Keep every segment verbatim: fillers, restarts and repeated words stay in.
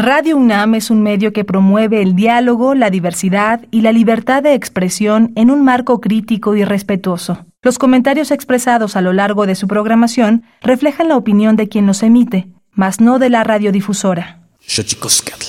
Radio UNAM es un medio que promueve el diálogo, la diversidad y la libertad de expresión en un marco crítico y respetuoso. Los comentarios expresados a lo largo de su programación reflejan la opinión de quien los emite, mas no de la radiodifusora. Xochicóscatl.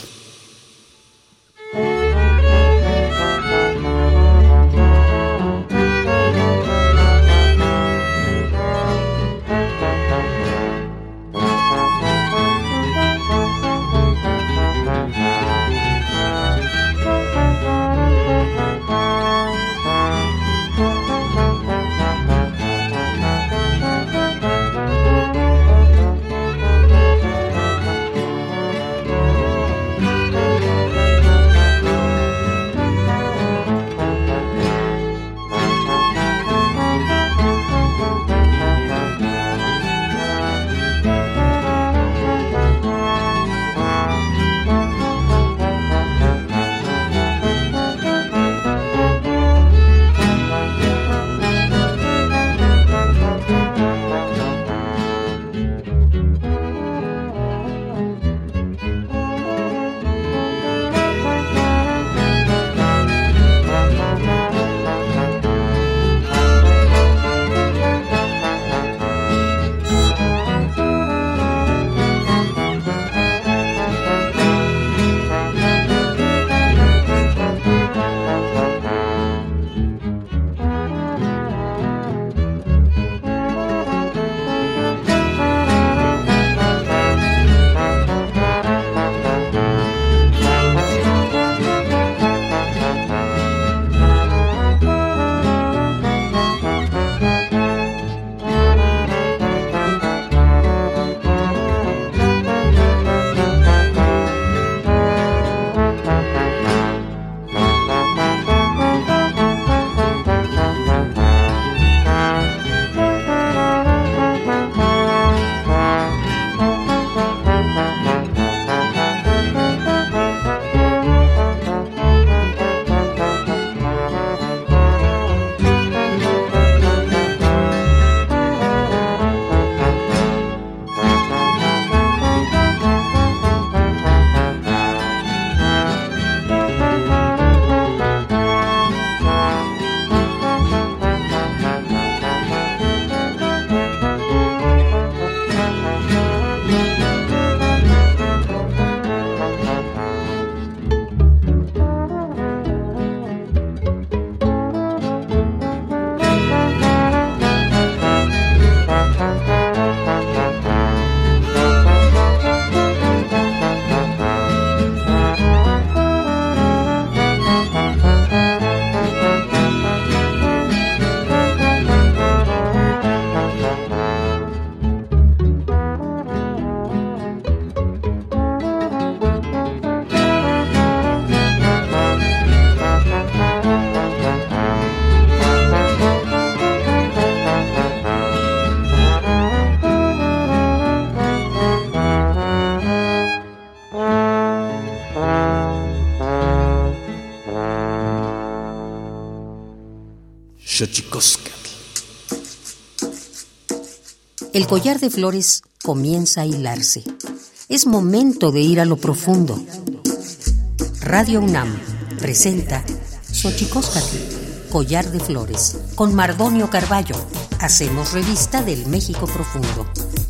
Xochicóscatl. El collar de flores comienza a hilarse. Es momento de ir a lo profundo. Radio UNAM presenta Xochicóscatl, collar de flores, con Mardonio Carballo. Hacemos revista del México profundo.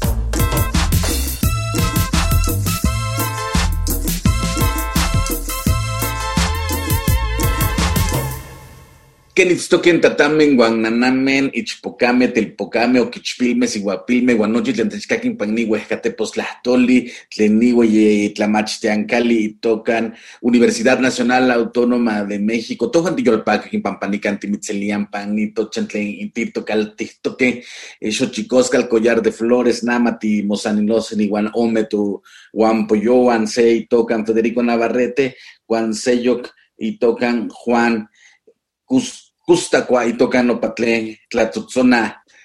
Kenitstoquen tatamen, guananamen, ichpocame, telpocame, oquichpilme, siguapilme, guanochi, tlantechcaquin, pagni, huescatepos, tlahtoli, tlenihue, tlamachteancali, y tocan Universidad Nacional Autónoma de México, tojan tiyolpaquin, pampanican, timitzelian, panito, chantlen, intito, caltihtoque, Xochicóscatl, collar de flores, namati, mozanilosen, iguan, ometu, guampoyoan, sei, tocan Federico Navarrete, Juan Seyoc, y tocan Juan Cus. Custacua y tocan Opatlén, Tlatzotzona,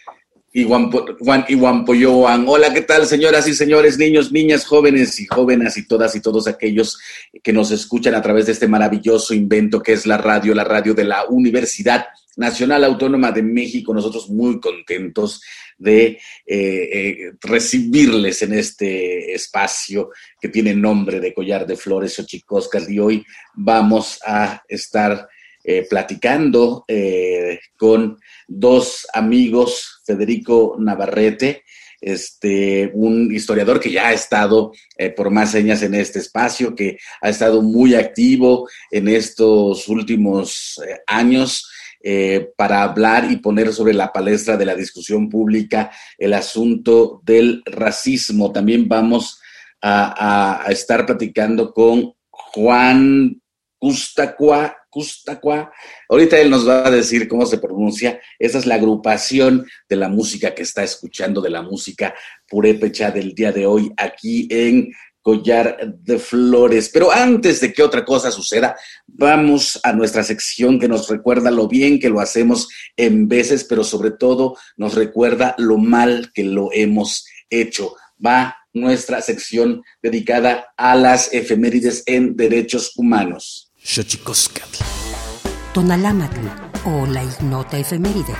Juan Iwampoyoan. Hola, ¿qué tal, señoras y señores, niños, niñas, jóvenes y jóvenes y todas y todos aquellos que nos escuchan a través de este maravilloso invento que es la radio, la radio de la Universidad Nacional Autónoma de México? Nosotros muy contentos de eh, eh, recibirles en este espacio que tiene nombre de Collar de Flores Xochicóscatl, y hoy vamos a estar Eh, platicando eh, con dos amigos, Federico Navarrete, este, un historiador que ya ha estado eh, por más señas en este espacio, que ha estado muy activo en estos últimos eh, años eh, para hablar y poner sobre la palestra de la discusión pública el asunto del racismo. También vamos a, a, a estar platicando con Juan Custacua, Custacua. Ahorita él nos va a decir cómo se pronuncia. Esa es la agrupación de la música que está escuchando, de la música purépecha del día de hoy aquí en Collar de Flores. Pero antes de que otra cosa suceda, vamos a nuestra sección que nos recuerda lo bien que lo hacemos en veces, pero sobre todo nos recuerda lo mal que lo hemos hecho. Va nuestra sección dedicada a las efemérides en derechos humanos. Xochicóscatl, Tonalámatl o la ignota efeméride.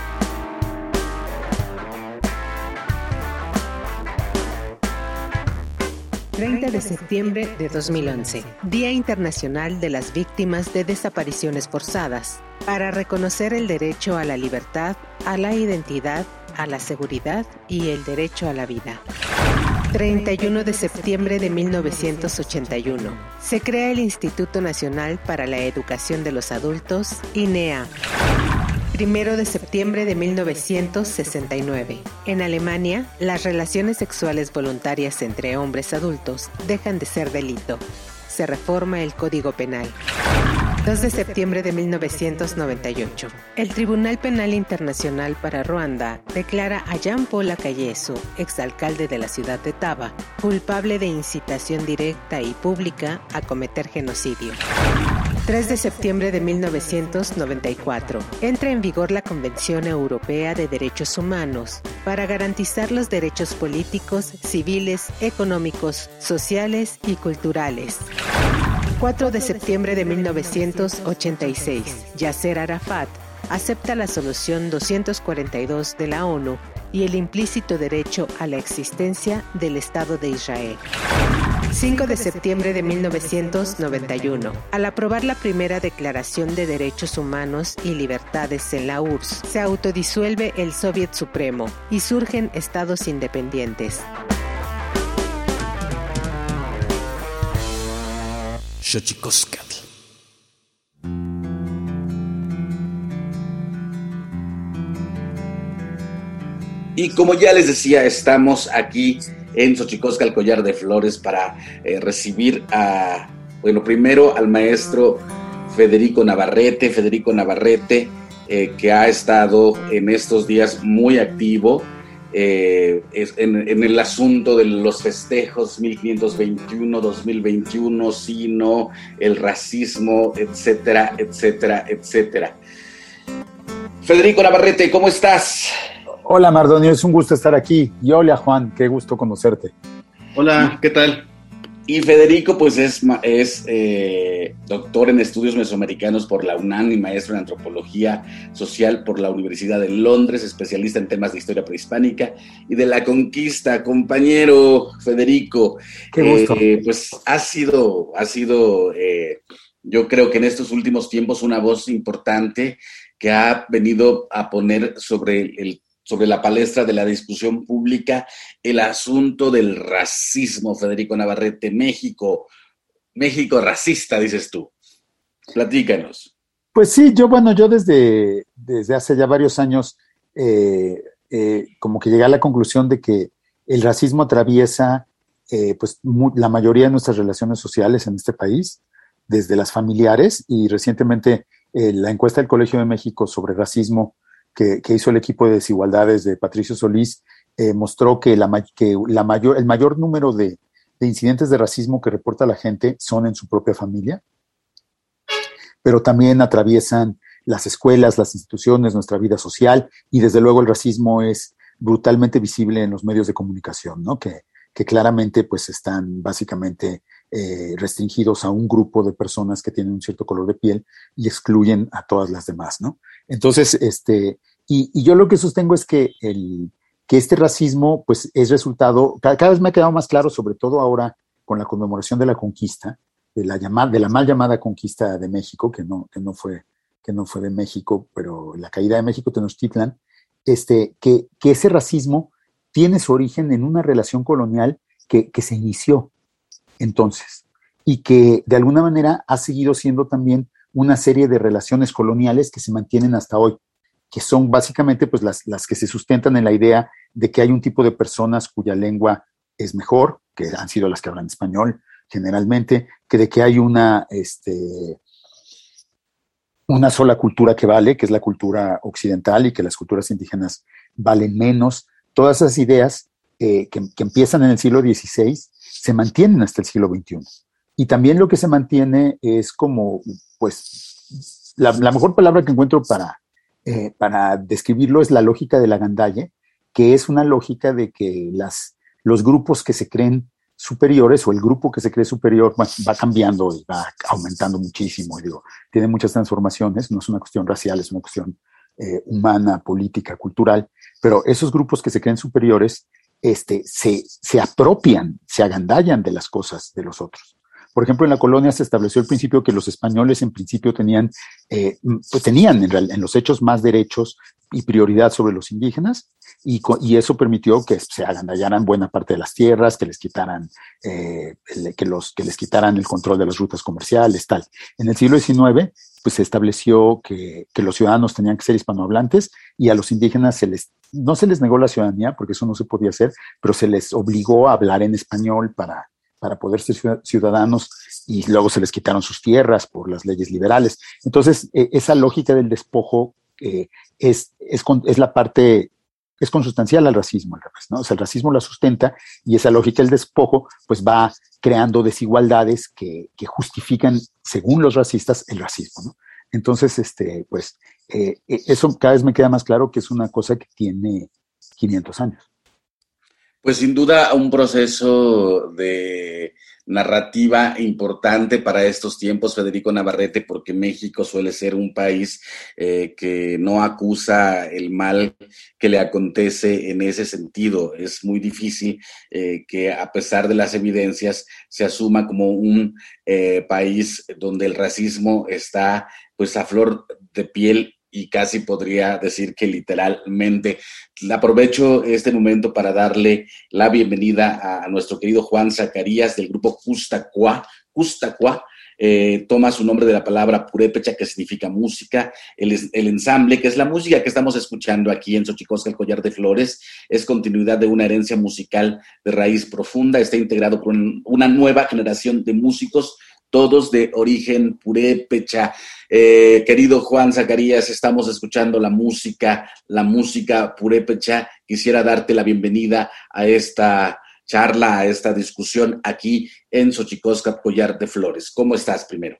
treinta de septiembre de dos mil once, Día Internacional de las Víctimas de Desapariciones Forzadas, para reconocer el derecho a la libertad, a la identidad, a la seguridad y el derecho a la vida. treinta y uno de septiembre de mil novecientos ochenta y uno. Se crea el Instituto Nacional para la Educación de los Adultos, I N E A. primero de septiembre de mil novecientos sesenta y nueve. En Alemania, las relaciones sexuales voluntarias entre hombres adultos dejan de ser delito. Se reforma el Código Penal. dos de septiembre de mil novecientos noventa y ocho. El Tribunal Penal Internacional para Ruanda declara a Jean-Paul Akayesu, exalcalde de la ciudad de Taba, culpable de incitación directa y pública a cometer genocidio. tres de septiembre de mil novecientos noventa y cuatro. Entra en vigor la Convención Europea de Derechos Humanos para garantizar los derechos políticos, civiles, económicos, sociales y culturales. cuatro de septiembre de mil novecientos ochenta y seis. Yasser Arafat acepta la solución doscientos cuarenta y dos de la ONU y el implícito derecho a la existencia del Estado de Israel. cinco de septiembre de mil novecientos noventa y uno. Al aprobar la primera Declaración de Derechos Humanos y Libertades en la U R S S, se autodisuelve el Soviet Supremo y surgen estados independientes. Xochicóscatl. Y como ya les decía, estamos aquí en Xochicóscatl, Collar de Flores, para eh, recibir a, bueno, primero al maestro Federico Navarrete, Federico Navarrete, eh, que ha estado en estos días muy activo eh, en, en el asunto de los festejos mil quinientos veintiuno, dos mil veintiuno, sí, no, el racismo, etcétera, etcétera, etcétera. Federico Navarrete, ¿cómo estás? Hola Mardonio, es un gusto estar aquí. Y hola Juan, qué gusto conocerte. Hola, ¿qué tal? Y Federico pues es, es eh, doctor en estudios mesoamericanos por la UNAM y maestro en antropología social por la Universidad de Londres, especialista en temas de historia prehispánica y de la conquista. Compañero Federico, qué gusto. Eh, pues ha sido, ha sido eh, yo creo que en estos últimos tiempos una voz importante que ha venido a poner sobre el sobre la palestra de la discusión pública el asunto del racismo. Federico Navarrete, México, México racista, dices tú. Platícanos. Pues sí, yo, bueno, yo desde, desde hace ya varios años eh, eh, como que llegué a la conclusión de que el racismo atraviesa eh, pues mu- la mayoría de nuestras relaciones sociales en este país, desde las familiares, y recientemente eh, la encuesta del Colegio de México sobre racismo Que, que hizo el equipo de desigualdades de Patricio Solís, eh, mostró que, la, que la mayor, el mayor número de, de incidentes de racismo que reporta la gente son en su propia familia, pero también atraviesan las escuelas, las instituciones, nuestra vida social, y desde luego el racismo es brutalmente visible en los medios de comunicación, ¿no? Que, que claramente pues están básicamente eh, restringidos a un grupo de personas que tienen un cierto color de piel y excluyen a todas las demás, ¿no? Entonces, este, y, y yo lo que sostengo es que, el, que este racismo pues es resultado, cada, cada vez me ha quedado más claro, sobre todo ahora con la conmemoración de la conquista, de la, llamada, de la mal llamada conquista de México, que no, que no fue, que no fue de México, pero la caída de México, Tenochtitlan, este, que, que ese racismo tiene su origen en una relación colonial que, que se inició entonces y que de alguna manera ha seguido siendo también una serie de relaciones coloniales que se mantienen hasta hoy, que son básicamente pues, las, las que se sustentan en la idea de que hay un tipo de personas cuya lengua es mejor, que han sido las que hablan español generalmente, que de que hay una, este, una sola cultura que vale, que es la cultura occidental, y que las culturas indígenas valen menos. Todas esas ideas eh, que, que empiezan en el siglo dieciséis se mantienen hasta el siglo veintiuno. Y también lo que se mantiene es como, pues, la, la mejor palabra que encuentro para, eh, para describirlo es la lógica de la gandalle, que es una lógica de que las, los grupos que se creen superiores, o el grupo que se cree superior, bueno, va cambiando y va aumentando muchísimo, y digo, tiene muchas transformaciones, no es una cuestión racial, es una cuestión eh, humana, política, cultural, pero esos grupos que se creen superiores este, se, se apropian, se agandallan de las cosas de los otros. Por ejemplo, en la colonia se estableció el principio que los españoles en principio tenían, eh, pues tenían en, real, en los hechos más derechos y prioridad sobre los indígenas, y, y eso permitió que se agandallaran buena parte de las tierras, que les quitaran, eh, que, los, que les quitaran el control de las rutas comerciales, tal. En el siglo diecinueve, pues se estableció que, que los ciudadanos tenían que ser hispanohablantes, y a los indígenas se les, no se les negó la ciudadanía, porque eso no se podía hacer, pero se les obligó a hablar en español para, para poder ser ciudadanos, y luego se les quitaron sus tierras por las leyes liberales. Entonces, eh, esa lógica del despojo eh, es, es, con, es la parte, es consustancial al racismo, al revés, ¿no? O sea, el racismo la sustenta, y esa lógica del despojo pues va creando desigualdades que, que justifican, según los racistas, el racismo, ¿no? Entonces, este, pues, eh, eso cada vez me queda más claro que es una cosa que tiene quinientos años. Pues sin duda un proceso de narrativa importante para estos tiempos, Federico Navarrete, porque México suele ser un país eh, que no acusa el mal que le acontece en ese sentido. Es muy difícil eh, que, a pesar de las evidencias, se asuma como un eh, país donde el racismo está pues a flor de piel, y casi podría decir que literalmente. Aprovecho este momento para darle la bienvenida a nuestro querido Juan Zacarías del grupo Custacua. Custacua eh, toma su nombre de la palabra purépecha, que significa música. El, el ensamble, que es la música que estamos escuchando aquí en Xochicosca, el Collar de Flores, es continuidad de una herencia musical de raíz profunda. Está integrado por una nueva generación de músicos, todos de origen purépecha. Eh, querido Juan Zacarías, estamos escuchando la música, la música purépecha. Quisiera darte la bienvenida a esta charla, a esta discusión aquí en Xochicosca, Collar de Flores. ¿Cómo estás primero?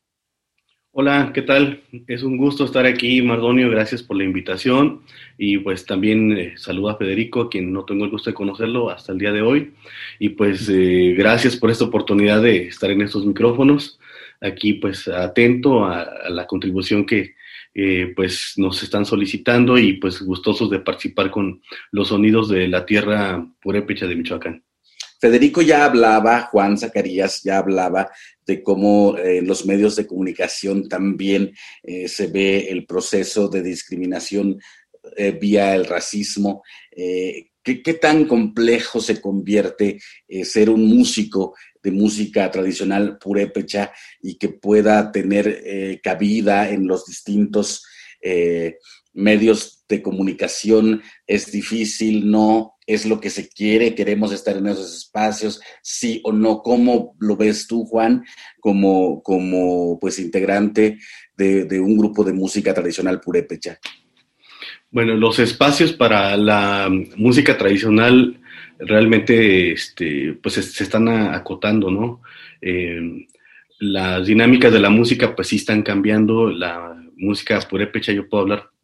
Hola, ¿qué tal? Es un gusto estar aquí, Mardonio, gracias por la invitación, y pues también eh, saludo a Federico, a quien no tengo el gusto de conocerlo hasta el día de hoy, y pues eh, gracias por esta oportunidad de estar en estos micrófonos, aquí pues atento a, a la contribución que eh, pues nos están solicitando, y pues gustosos de participar con los sonidos de la tierra purépecha de Michoacán. Federico ya hablaba, Juan Zacarías ya hablaba de cómo en eh, los medios de comunicación también eh, se ve el proceso de discriminación eh, vía el racismo. Eh, ¿qué, ¿Qué tan complejo se convierte eh, ser un músico de música tradicional purépecha y que pueda tener eh, cabida en los distintos eh, medios de comunicación? ¿Es difícil? ¿No? ¿Es lo que se quiere? ¿Queremos estar en esos espacios? ¿Sí o no? ¿Cómo lo ves tú, Juan, como, como pues integrante de, de un grupo de música tradicional purépecha? Bueno, los espacios para la música tradicional realmente este, pues se están acotando, ¿no? Eh, las dinámicas de la música pues sí están cambiando. La música purépecha, yo puedo hablar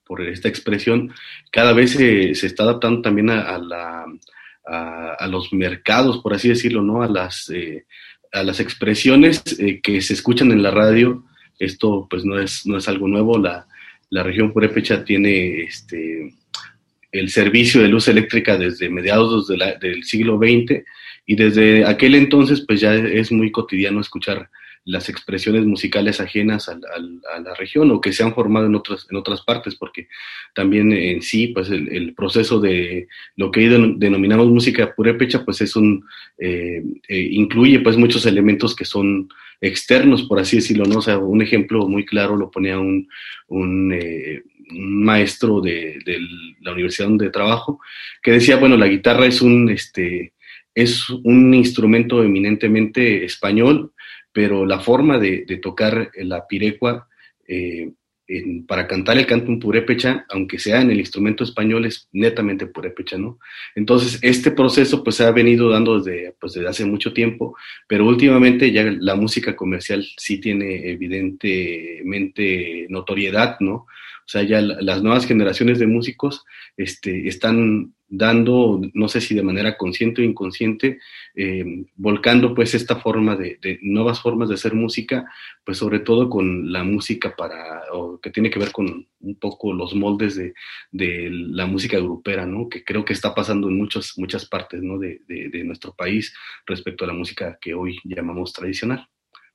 por esta expresión, cada vez se, se está adaptando también a, a, la, a, a los mercados, por así decirlo, ¿no? A las, eh, a las expresiones eh, que se escuchan en la radio. Esto pues no es, no es algo nuevo. La, la región purépecha tiene este, el servicio de luz eléctrica desde mediados de la, del siglo veinte, y desde aquel entonces pues ya es muy cotidiano escuchar las expresiones musicales ajenas al, al, a la región o que se han formado en otras, en otras partes, porque también en sí pues el, el proceso de lo que hoy denominamos música purépecha pues es un eh, eh, incluye pues muchos elementos que son externos, por así decirlo, ¿no? O sea, un ejemplo muy claro lo ponía un, un, eh, un maestro de, de la universidad donde trabajo, que decía, bueno, la guitarra es un, este, es un instrumento eminentemente español, pero la forma de, de tocar la pirecua eh, en, para cantar el canto en purépecha, aunque sea en el instrumento español, es netamente purépecha, ¿no? Entonces, este proceso pues se ha venido dando desde, pues, desde hace mucho tiempo, pero últimamente ya la música comercial sí tiene evidentemente notoriedad, ¿no? O sea, ya las nuevas generaciones de músicos este, están dando, no sé si de manera consciente o inconsciente, eh, volcando pues esta forma de, de nuevas formas de hacer música, pues sobre todo con la música para, o que tiene que ver con un poco los moldes de, de la música grupera, ¿no? Que creo que está pasando en muchos, muchas partes, ¿no? de, de, de nuestro país respecto a la música que hoy llamamos tradicional.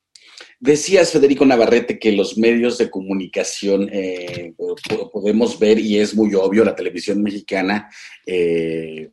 Decías, Federico Navarrete, que los medios de comunicación eh, podemos ver, y es muy obvio, la televisión mexicana eh,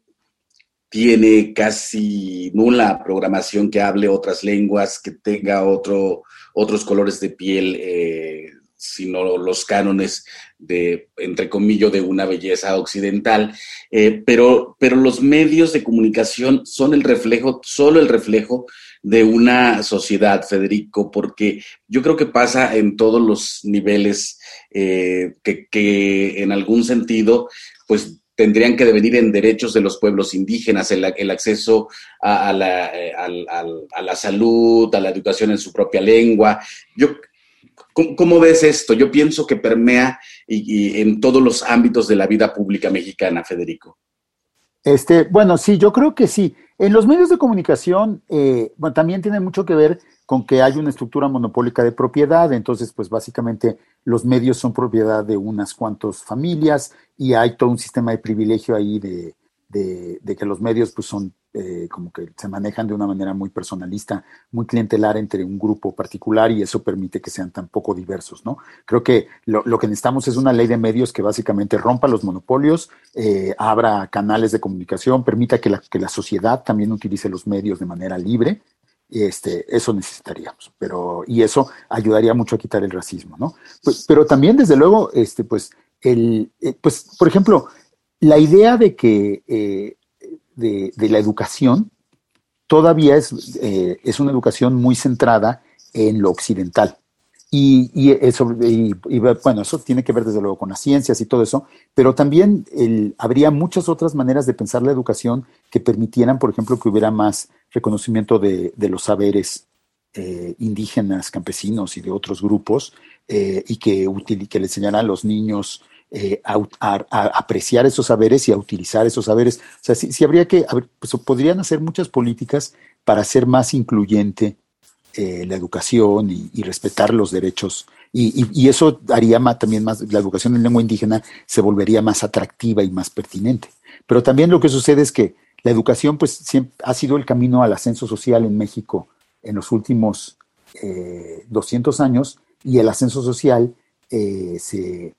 tiene casi nula programación que hable otras lenguas, que tenga otro, otros colores de piel, eh, sino los cánones de, entre comillas, de una belleza occidental. Eh, pero, pero los medios de comunicación son el reflejo, solo el reflejo de una sociedad, Federico, porque yo creo que pasa en todos los niveles eh, que, que en algún sentido, pues tendrían que devenir en derechos de los pueblos indígenas, el, el acceso a, a, la, a, a, a la salud, a la educación en su propia lengua. Yo, ¿cómo, cómo ves esto? Yo pienso que permea y, y en todos los ámbitos de la vida pública mexicana, Federico. Este, bueno, sí, yo creo que sí. En los medios de comunicación, eh, bueno, también tiene mucho que ver con que hay una estructura monopólica de propiedad, entonces, pues básicamente los medios son propiedad de unas cuantas familias y hay todo un sistema de privilegio ahí de, de, de que los medios pues son eh, como que se manejan de una manera muy personalista, muy clientelar entre un grupo particular y eso permite que sean tan poco diversos, ¿no? Creo que lo, lo que necesitamos es una ley de medios que básicamente rompa los monopolios, eh, abra canales de comunicación, permita que la, que la sociedad también utilice los medios de manera libre. Este, eso necesitaríamos, pero y eso ayudaría mucho a quitar el racismo, ¿no? Pues, pero también, desde luego, este, pues, el, eh, pues, por ejemplo, la idea de que eh, de, de la educación todavía es, eh, es una educación muy centrada en lo occidental. Y, y, eso, y, y bueno, eso tiene que ver desde luego con las ciencias y todo eso, pero también el, habría muchas otras maneras de pensar la educación que permitieran, por ejemplo, que hubiera más reconocimiento de, de los saberes eh, indígenas, campesinos y de otros grupos, eh, y que, util, que le enseñaran a los niños eh, a, a, a apreciar esos saberes y a utilizar esos saberes. O sea, sí, sí habría que, pues, podrían hacer muchas políticas para hacer más incluyente Eh, la educación y, y respetar los derechos y, y, y eso haría más, también más, la educación en lengua indígena se volvería más atractiva y más pertinente. Pero también lo que sucede es que la educación pues siempre ha sido el camino al ascenso social en México en los últimos eh, doscientos años y el ascenso social eh, se,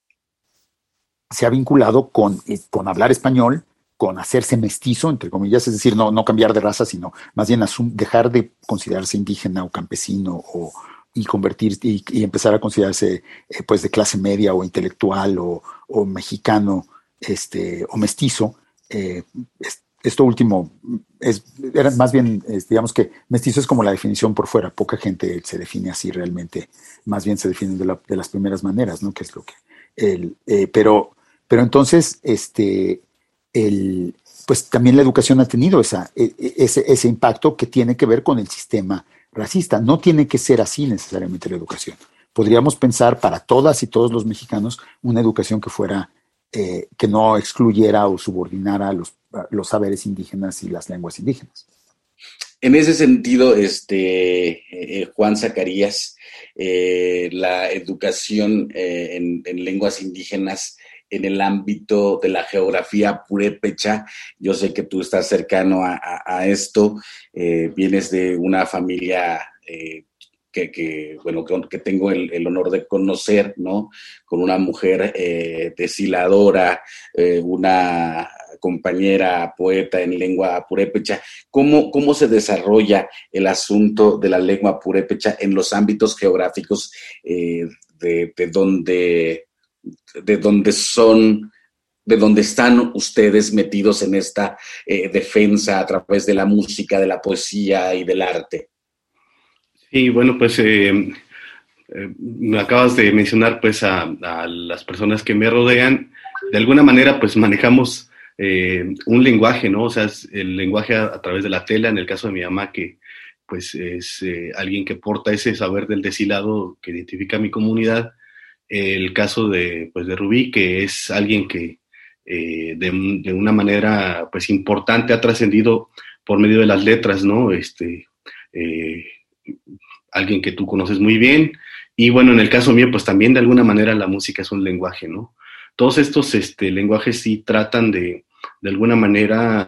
se ha vinculado con, eh, con hablar español, con hacerse mestizo, entre comillas, es decir, no, no cambiar de raza, sino más bien asum, dejar de considerarse indígena o campesino o, y convertir y, y empezar a considerarse eh, pues de clase media o intelectual o, o mexicano este, o mestizo. Eh, es, esto último es era más bien, es, digamos que mestizo es como la definición por fuera, poca gente se define así realmente, más bien se definen de, la, de las primeras maneras, ¿no? Que es lo que el, eh, pero, pero entonces este El, pues también la educación ha tenido esa, ese, ese impacto que tiene que ver con el sistema racista. No tiene que ser así necesariamente la educación. podríamos pensar para todas y todos los mexicanos una educación que fuera, eh, que no excluyera o subordinara los, los saberes indígenas y las lenguas indígenas. En ese sentido, este, eh, Juan Zacarías, eh, la educación eh, en, en lenguas indígenas en el ámbito de la geografía purépecha, yo sé que tú estás cercano a, a, a esto, eh, vienes de una familia eh, que, que, bueno, que, que tengo el, el honor de conocer, ¿no? Con una mujer eh, deshiladora, eh, una compañera poeta en lengua purépecha. ¿Cómo, cómo se desarrolla el asunto de la lengua purépecha en los ámbitos geográficos eh, de, de donde de donde son, de donde están ustedes metidos en esta eh, defensa a través de la música, de la poesía y del arte? Sí, bueno, pues eh, eh, me acabas de mencionar pues a, a las personas que me rodean. De alguna manera pues manejamos eh, un lenguaje, ¿no? O sea, es el lenguaje a, a través de la tela, en el caso de mi mamá, que pues es eh, alguien que porta ese saber del deshilado que identifica a mi comunidad. El caso de, pues, de Rubí, que es alguien que eh, de, de una manera pues, importante ha trascendido por medio de las letras, ¿no? Este, eh, alguien que tú conoces muy bien. Y bueno, en el caso mío, pues también de alguna manera la música es un lenguaje, ¿no? Todos estos este, lenguajes sí tratan de, de alguna manera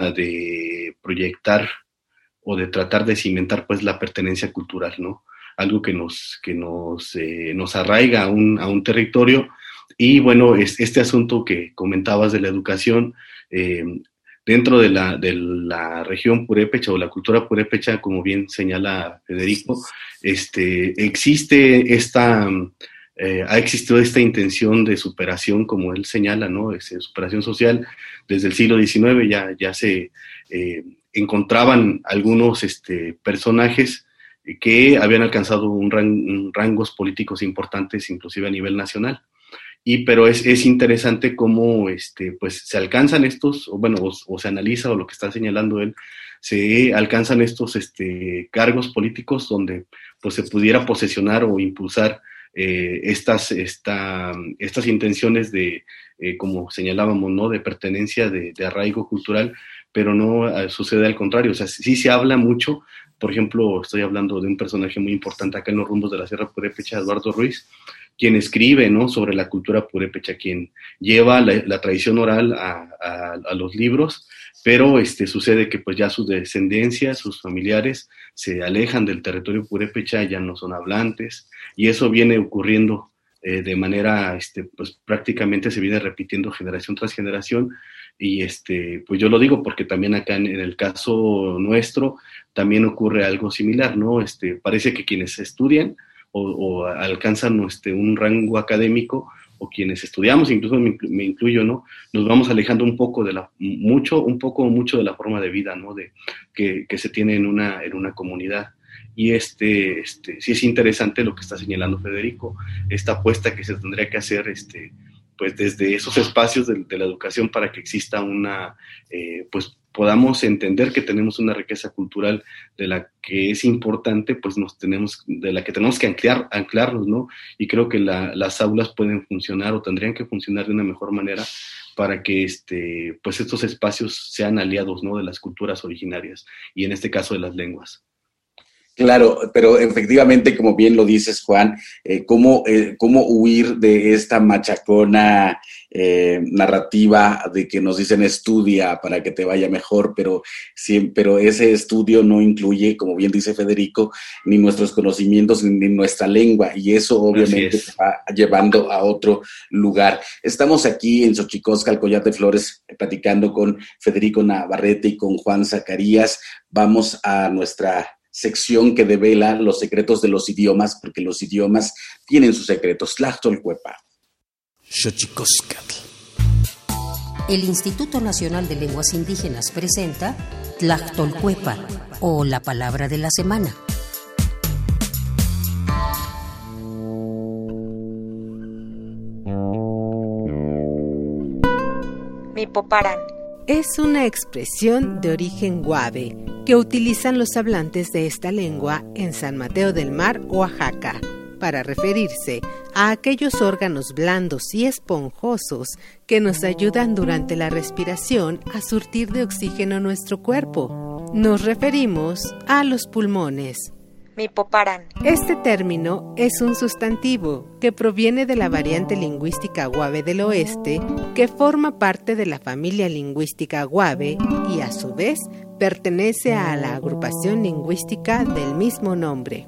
de proyectar o de tratar de cimentar pues la pertenencia cultural, ¿no? Algo que nos, que nos, eh, nos arraiga a un, a un territorio. Y bueno, es, este asunto que comentabas de la educación, eh, dentro de la, de la región purépecha o la cultura purépecha, como bien señala Federico, este, existe esta, eh, ha existido esta intención de superación, como él señala, ¿no? Es, superación social desde el siglo diecinueve, ya, ya se eh, encontraban algunos este, personajes que habían alcanzado un rang, rangos políticos importantes, inclusive a nivel nacional. Y, pero es, es interesante cómo este, pues, se alcanzan estos, o bueno, o, o se analiza, o lo que está señalando él, se alcanzan estos este, cargos políticos donde pues, se pudiera posesionar o impulsar eh, estas, esta, estas intenciones de, eh, como señalábamos, ¿no? De pertenencia, de, de arraigo cultural, pero no uh, sucede al contrario. O sea, sí se habla mucho. Por ejemplo, estoy hablando de un personaje muy importante acá en los rumbos de la Sierra Purépecha, Eduardo Ruiz, quien escribe, ¿no? Sobre la cultura purépecha, quien lleva la, la tradición oral a, a, a los libros, pero este, sucede que pues ya su descendencia, sus familiares se alejan del territorio purépecha, ya no son hablantes, y eso viene ocurriendo eh, de manera, este, pues prácticamente se viene repitiendo generación tras generación. Y este, pues yo lo digo porque también acá en, en el caso nuestro también ocurre algo similar, ¿no? Este, parece que quienes estudian o, o alcanzan este, un rango académico, o quienes estudiamos, incluso me, me incluyo, ¿no? Nos vamos alejando un poco de la, mucho, un poco mucho de la forma de vida, ¿no? De, que, que se tiene en una, en una comunidad. Y este, este, sí es interesante lo que está señalando Federico, esta apuesta que se tendría que hacer, este, pues desde esos espacios de, de la educación para que exista una, eh, pues podamos entender que tenemos una riqueza cultural de la que es importante, pues nos tenemos, de la que tenemos que anclar, anclarnos, ¿no? Y creo que la, las aulas pueden funcionar o tendrían que funcionar de una mejor manera para que este, pues estos espacios sean aliados, ¿no? De las culturas originarias y en este caso de las lenguas. Claro, pero efectivamente, como bien lo dices, Juan, eh, ¿cómo, eh, cómo huir de esta machacona eh, narrativa de que nos dicen estudia para que te vaya mejor, pero, sí, pero ese estudio no incluye, como bien dice Federico, ni nuestros conocimientos ni nuestra lengua, y eso obviamente se va llevando a otro lugar. Estamos aquí en Xochicóscal, Collar de Flores, platicando con Federico Navarrete y con Juan Zacarías. Vamos a nuestra sección que devela los secretos de los idiomas, porque los idiomas tienen sus secretos. Tlachtolcuepa. Xochicóscatl. El Instituto Nacional de Lenguas Indígenas presenta Tlachtolcuepa, o la palabra de la semana. Mipoparan. Es una expresión de origen guave que utilizan los hablantes de esta lengua en San Mateo del Mar, Oaxaca. para referirse a aquellos órganos blandos y esponjosos que nos ayudan durante la respiración a surtir de oxígeno nuestro cuerpo. Nos referimos a los pulmones. Mipoparan. Este término es un sustantivo que proviene de la variante lingüística guave del oeste, que forma parte de la familia lingüística guave y a su vez pertenece a la agrupación lingüística del mismo nombre.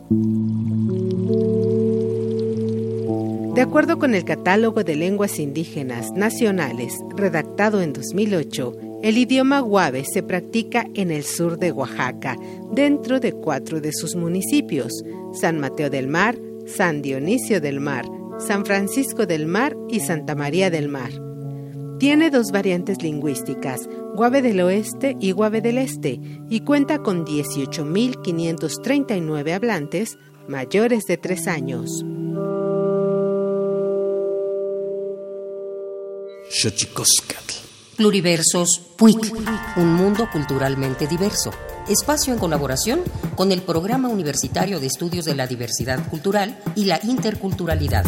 De acuerdo con el Catálogo de Lenguas Indígenas Nacionales, redactado en dos mil ocho, el idioma guave se practica en el sur de Oaxaca, dentro de cuatro de sus municipios: San Mateo del Mar, San Dionisio del Mar, San Francisco del Mar y Santa María del Mar. Tiene dos variantes lingüísticas, guave del oeste y guave del este, y cuenta con dieciocho mil quinientos treinta y nueve hablantes mayores de tres años. Xochicóscatl. Pluriversos Puig, un mundo culturalmente diverso. Espacio en colaboración con el Programa Universitario de Estudios de la Diversidad Cultural y la Interculturalidad.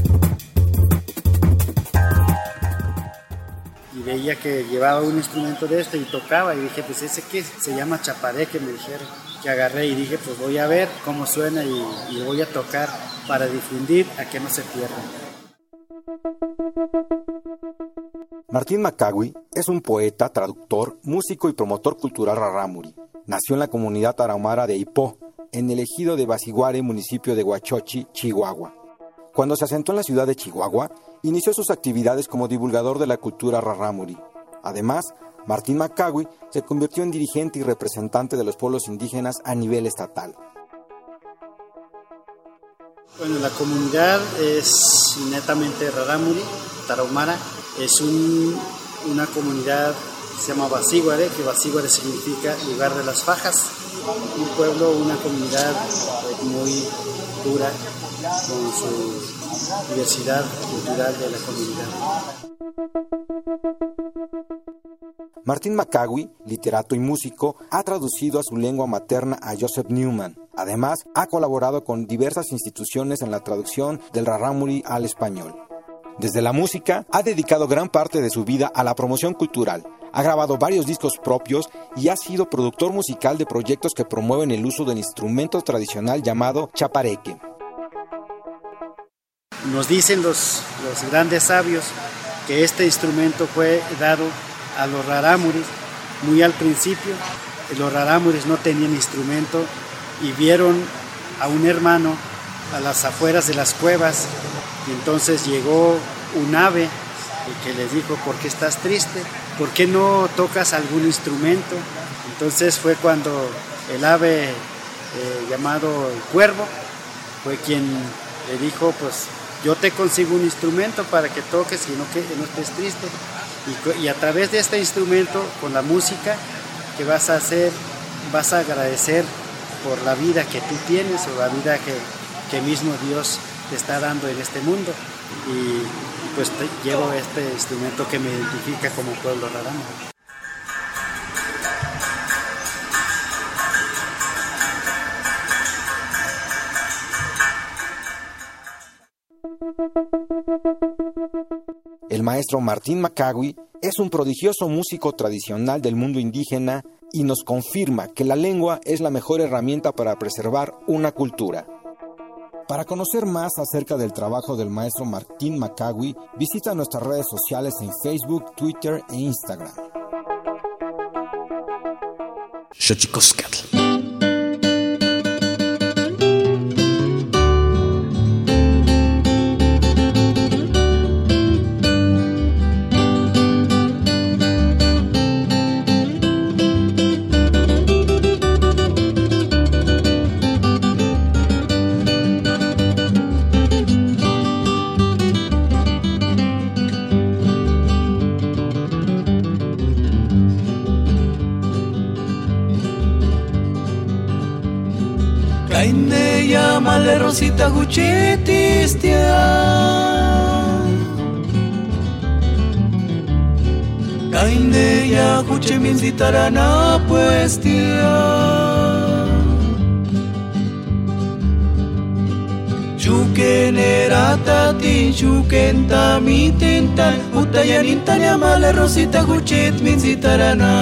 Y veía que llevaba un instrumento de este y tocaba, y dije, pues ese qué, se llama chapareque, me dijeron. Que agarré y dije, pues voy a ver cómo suena y, y voy a tocar para difundir a que no se pierdan. Martín Macagui es un poeta, traductor, músico y promotor cultural rarámuri. Nació en la comunidad tarahumara de Ipó, en el ejido de Basiguare, municipio de Huachochi, Chihuahua. Cuando se asentó en la ciudad de Chihuahua, inició sus actividades como divulgador de la cultura rarámuri. Además, Martín Macagui se convirtió en dirigente y representante de los pueblos indígenas a nivel estatal. Bueno, la comunidad es netamente rarámuri, tarahumara. Es un, una comunidad que se llama Basiguare, que Basiguare significa lugar de las fajas. Un pueblo, una comunidad muy pura, con su diversidad cultural de la comunidad. Martín Macagui, literato y músico, ha traducido a su lengua materna a Joseph Newman. Además, ha colaborado con diversas instituciones en la traducción del rarámuri al español. Desde la música, ha dedicado gran parte de su vida a la promoción cultural. Ha grabado varios discos propios y ha sido productor musical de proyectos que promueven el uso del instrumento tradicional llamado chapareque. Nos dicen los, los grandes sabios que este instrumento fue dado a los rarámuris muy al principio. Los rarámuris no tenían instrumento y vieron a un hermano a las afueras de las cuevas, y entonces llegó un ave que les dijo: ¿por qué estás triste? ¿Por qué no tocas algún instrumento? Entonces fue cuando el ave eh, llamado el cuervo fue quien le dijo: pues yo te consigo un instrumento para que toques y no, que no estés triste. Y, y a través de este instrumento, con la música que vas a hacer, vas a agradecer por la vida que tú tienes o la vida que, que mismo Dios te está dando en este mundo. Y, y pues te, llevo este instrumento que me identifica como pueblo rarámuri. El maestro Martín Macagui es un prodigioso músico tradicional del mundo indígena y nos confirma que la lengua es la mejor herramienta para preservar una cultura. Para conocer más acerca del trabajo del maestro Martín Macagui, visita nuestras redes sociales en Facebook, Twitter e Instagram. Xochicóscatl. Kaine llámale Rosita Guchitistia, Kaine ya Guche Minzitarana Puestia, Shuken erata tin shuken tami tintan utayanin tanyamale rosita guchit minzitarana.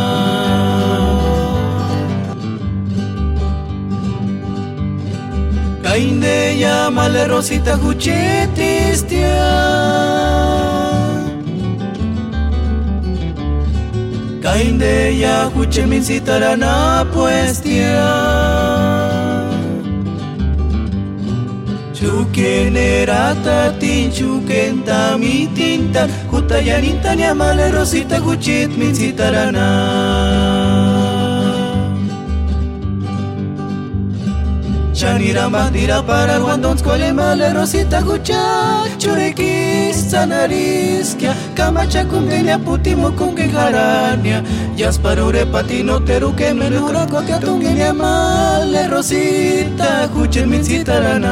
Kainde yamale rosita guchit istia. Kainde ya guche minzitarana puestia. Shuken erata tin shuken tami tintan Hutayanin tanyamale rosita guchit minzitarana. Shanira bandira para guandons kole male rosita gucha Chureki sanariskia Kamacha kungenia putimo kunge harania Yasparure patino teruke menura Kokia tungenia male rosita guche minzitarana.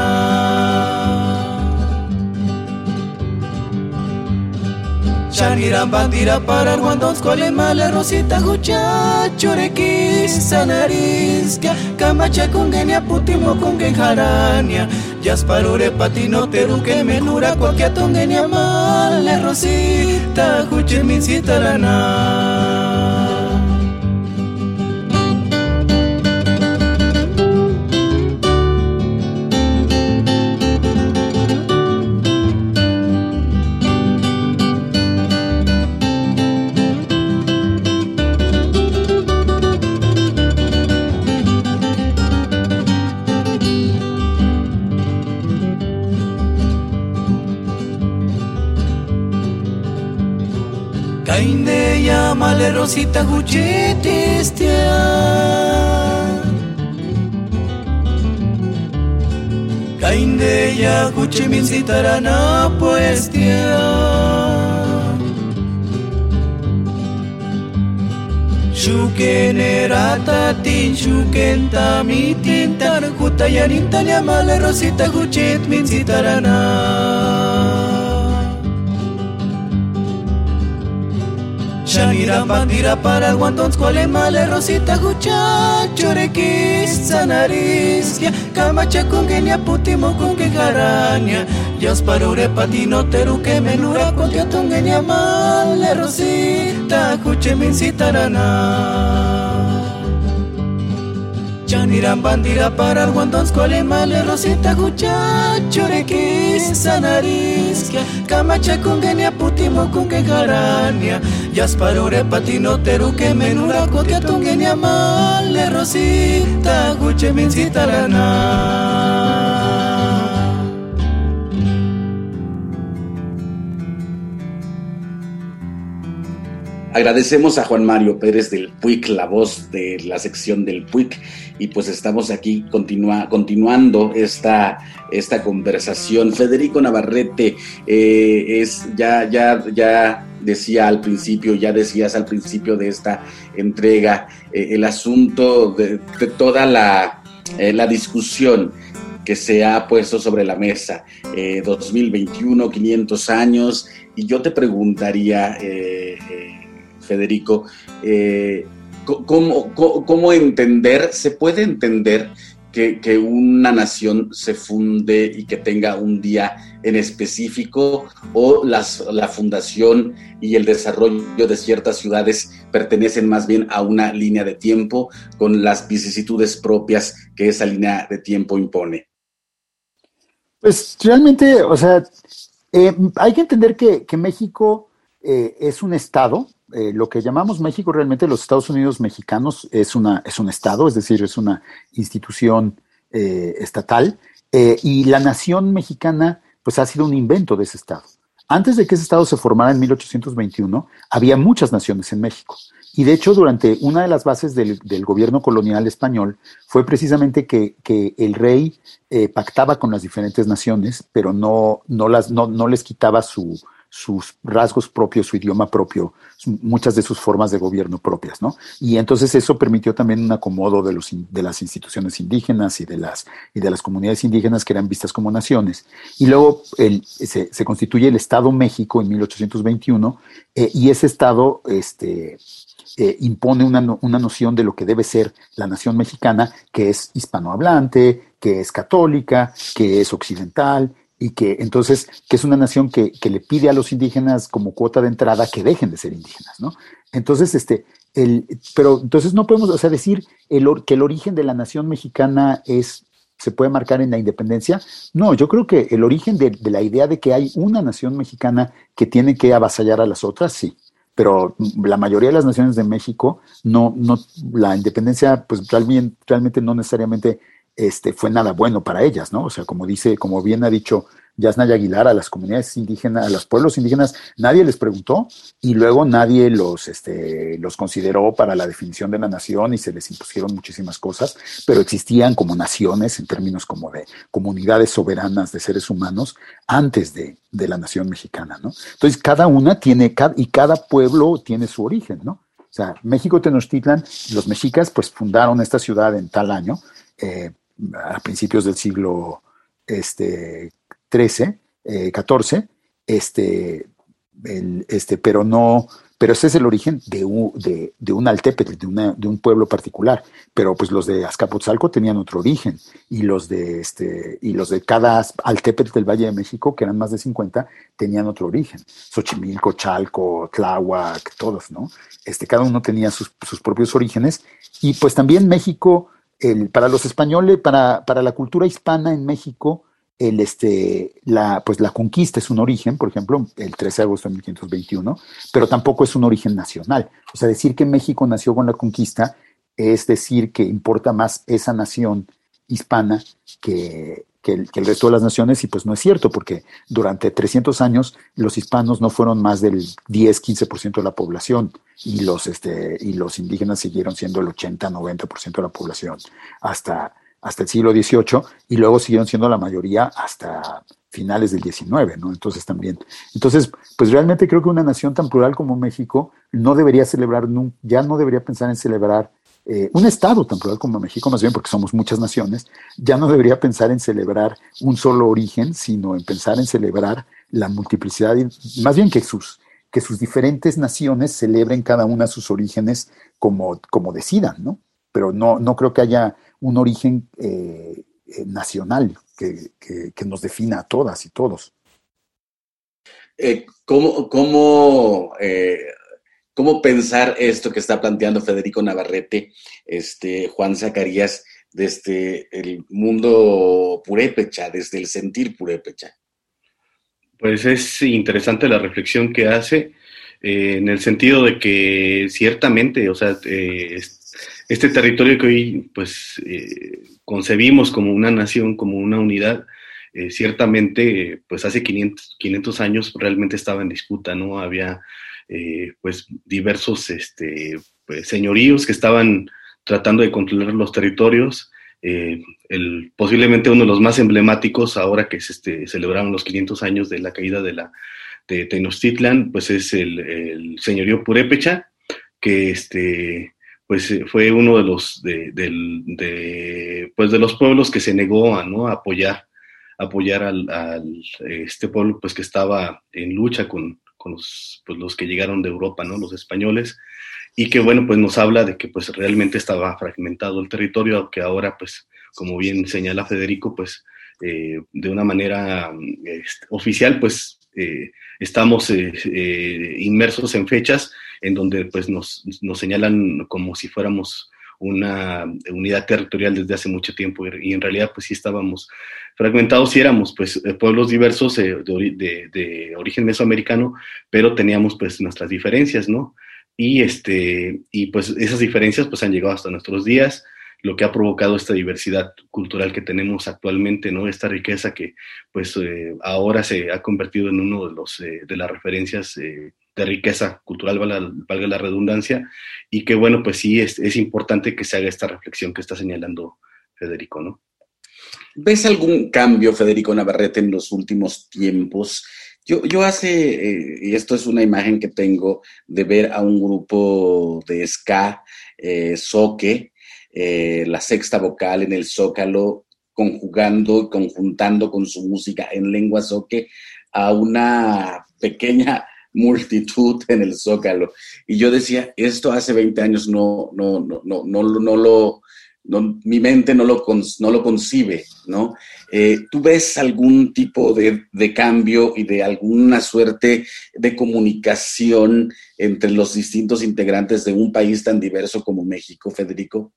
Shaniran bandira para guandons kole male rosita gucha Chureki sanariskia Kamacha kungenia putimo kunge harania Yasparure patino teruke menura Kokia tungenia male rosita guche minzitarana. Kainde yamale rosita guchit istia. Kainde ya guchi minzitarana puestia. Shuken erata tin shuken tami tintan Hutayanin tanyamale rosita guchit minzitarana. Shanira bandira para guantons kole male rosita gucha Chureki sanariskia Kamacha kungenia putimo kunge harania Yasparure patino teruke menura Kokia tungenia male rosita guche minzitarana. Chaniran bandira para guandons kole male rosita gucha Chureki sanariskia Kamacha kungenia putimo kunge harania Yasparure patino teruke menura Kokia tungenia male rosita guche minzitarana. Agradecemos a Juan Mario Pérez del Puig, la voz de la sección del Puig, y pues estamos aquí continua, continuando esta, esta conversación. Federico Navarrete, eh, es, ya, ya, ya decía al principio, ya decías al principio de esta entrega, eh, el asunto de, de toda la, eh, la discusión que se ha puesto sobre la mesa, eh, dos mil veintiuno, quinientos años, y yo te preguntaría, eh, eh, Federico, eh, ¿cómo, cómo, ¿cómo entender, se puede entender que, que una nación se funde y que tenga un día en específico, o las, la fundación y el desarrollo de ciertas ciudades pertenecen más bien a una línea de tiempo con las vicisitudes propias que esa línea de tiempo impone? Pues realmente, o sea, eh, hay que entender que, que México eh, es un estado. Eh, lo que llamamos México, realmente los Estados Unidos mexicanos, es, una, es un estado, es decir, es una institución eh, estatal, eh, y la nación mexicana pues ha sido un invento de ese estado. Antes de que ese estado se formara en mil ochocientos veintiuno, había muchas naciones en México. Y de hecho, durante una de las bases del, del gobierno colonial español fue precisamente que, que el rey eh, pactaba con las diferentes naciones, pero no, no, las, no, no les quitaba su, sus rasgos propios, su idioma propio, muchas de sus formas de gobierno propias, ¿no? Y entonces eso permitió también un acomodo de, los, de las instituciones indígenas y de las, y de las comunidades indígenas que eran vistas como naciones. Y luego el, se, se constituye el Estado México en mil ochocientos veintiuno, eh, y ese Estado este, eh, impone una, una noción de lo que debe ser la nación mexicana, que es hispanohablante, que es católica, que es occidental, y que entonces, que es una nación que, que le pide a los indígenas como cuota de entrada que dejen de ser indígenas, ¿no? Entonces, este, el, pero entonces no podemos, o sea, decir el, que el origen de la nación mexicana es, se puede marcar en la independencia. No, yo creo que el origen de, de la idea de que hay una nación mexicana que tiene que avasallar a las otras, sí. Pero la mayoría de las naciones de México, no, no, la independencia, pues realmente, realmente no necesariamente este, fue nada bueno para ellas, ¿no? O sea, como dice, como bien ha dicho Yasnaya Aguilar, a las comunidades indígenas, a los pueblos indígenas, nadie les preguntó y luego nadie los, este, los consideró para la definición de la nación y se les impusieron muchísimas cosas, pero existían como naciones en términos como de comunidades soberanas de seres humanos antes de, de la nación mexicana, ¿no? Entonces, cada una tiene, y cada pueblo tiene su origen, ¿no? O sea, México Tenochtitlan, los mexicas pues fundaron esta ciudad en tal año, eh, a principios del siglo este, trece, eh, catorce, este, el, este, pero no, pero ese es el origen de un, de, de un Altépetl, de, una, de un pueblo particular, pero pues los de Azcapotzalco tenían otro origen, y los de, este, y los de cada Altépetl del Valle de México, que eran más de cincuenta, tenían otro origen, Xochimilco, Chalco, Tláhuac, todos, ¿no? Este, cada uno tenía sus, sus propios orígenes, y pues también México, el, para los españoles, para, para la cultura hispana en México, el, este, la, pues la conquista es un origen, por ejemplo, el trece de agosto de mil quinientos veintiuno, pero tampoco es un origen nacional. O sea, decir que México nació con la conquista es decir que importa más esa nación hispana que, que, el, que el resto de las naciones, y pues no es cierto, porque durante trescientos años los hispanos no fueron más del diez a quince por ciento de la población, y los, este, y los indígenas siguieron siendo el ochenta a noventa por ciento de la población hasta, hasta el siglo dieciocho, y luego siguieron siendo la mayoría hasta finales del diecinueve, ¿no? Entonces también, entonces, pues realmente creo que una nación tan plural como México no debería celebrar, ya no debería pensar en celebrar Eh, un estado tan plural como México, más bien porque somos muchas naciones, ya no debería pensar en celebrar un solo origen, sino en pensar en celebrar la multiplicidad, y más bien que sus, que sus diferentes naciones celebren cada una sus orígenes como, como decidan, ¿no? Pero no, no creo que haya un origen eh, eh, nacional que, que, que nos defina a todas y todos. Eh, ¿Cómo, cómo eh... ¿Cómo pensar esto que está planteando Federico Navarrete, este, Juan Zacarías, desde el mundo purépecha, desde el sentir purépecha? Pues es interesante la reflexión que hace, eh, en el sentido de que ciertamente, o sea, eh, este territorio que hoy pues eh, concebimos como una nación, como una unidad, eh, ciertamente, pues hace quinientos, quinientos años realmente estaba en disputa, ¿no? Había Eh, pues diversos este, pues, señoríos que estaban tratando de controlar los territorios. Eh, el, posiblemente uno de los más emblemáticos, ahora que se este, celebraron los quinientos años de la caída de, la, de Tenochtitlan, pues es el, el señorío purépecha, que este, pues, fue uno de los, de, de, de, pues, de los pueblos que se negó a, ¿no? a apoyar, apoyar al, al este pueblo pues, que estaba en lucha con con los, pues, los que llegaron de Europa, ¿no? Los españoles, y que, bueno, pues nos habla de que pues realmente estaba fragmentado el territorio, que ahora, pues, como bien señala Federico, pues, eh, de una manera eh, oficial, pues, eh, estamos eh, eh, inmersos en fechas en donde, pues, nos, nos señalan como si fuéramos una unidad territorial desde hace mucho tiempo, y en realidad pues sí estábamos fragmentados y éramos pues pueblos diversos eh, de, de, de origen mesoamericano, pero teníamos pues nuestras diferencias, ¿no? Y, este, y pues esas diferencias pues han llegado hasta nuestros días, lo que ha provocado esta diversidad cultural que tenemos actualmente, ¿no? Esta riqueza que pues eh, ahora se ha convertido en uno de, los, eh, de las referencias eh, de riqueza cultural, valga, valga la redundancia, y que bueno, pues sí, es, es importante que se haga esta reflexión que está señalando Federico, ¿no? ¿Ves algún cambio, Federico Navarrete, en los últimos tiempos? Yo, yo hace, eh, y esto es una imagen que tengo, de ver a un grupo de ska, eh, zoque, eh, la sexta vocal en el Zócalo, conjugando, conjuntando con su música en lengua zoque a una pequeña multitud en el Zócalo. Y yo decía, esto hace veinte años no, no, no, no, no, no lo, no, mi mente no lo, no lo concibe, ¿no? Eh, ¿Tú ves algún tipo de, de cambio y de alguna suerte de comunicación entre los distintos integrantes de un país tan diverso como México, Federico?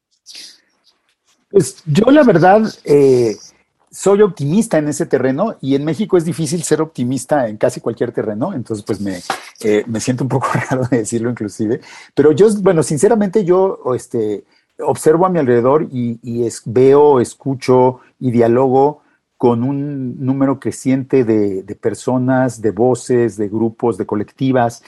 Pues yo la verdad eh, soy optimista en ese terreno y en México es difícil ser optimista en casi cualquier terreno, entonces pues me, eh, me siento un poco raro de decirlo inclusive, pero yo, bueno, sinceramente yo este, observo a mi alrededor y, y es, veo, escucho y dialogo con un número creciente de, de personas, de voces, de grupos, de colectivas,